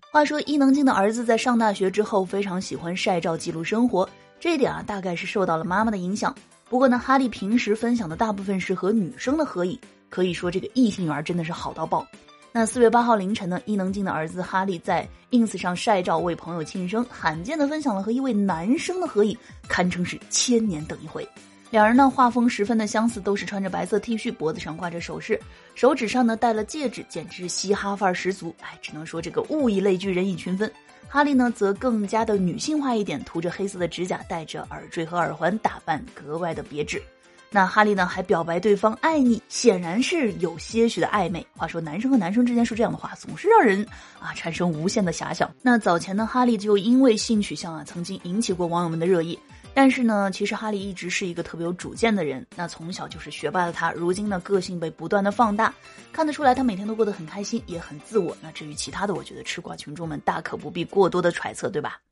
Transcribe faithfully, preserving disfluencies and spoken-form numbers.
话说伊能静的儿子在上大学之后非常喜欢晒照记录生活，这一点啊大概是受到了妈妈的影响。不过呢，哈利平时分享的大部分是和女生的合影，可以说这个异性缘真的是好到爆。那四月八号凌晨呢，伊能静的儿子哈利在 ins 上晒照为朋友庆生，罕见的分享了和一位男生的合影，堪称是千年等一回。两人呢画风十分的相似，都是穿着白色 T 恤，脖子上挂着首饰，手指上呢戴了戒指，简直嘻哈范儿十足。哎，只能说这个物以类聚，人以群分。哈利呢则更加的女性化一点，涂着黑色的指甲，戴着耳坠和耳环，打扮格外的别致。那哈利呢还表白对方爱你，显然是有些许的暧昧。话说男生和男生之间说这样的话，总是让人啊产生无限的遐想。那早前呢，哈利就因为性取向啊曾经引起过网友们的热议。但是呢，其实哈利一直是一个特别有主见的人。那从小就是学霸的他，如今呢个性被不断的放大，看得出来他每天都过得很开心，也很自我。那至于其他的，我觉得吃瓜群众们大可不必过多的揣测，对吧？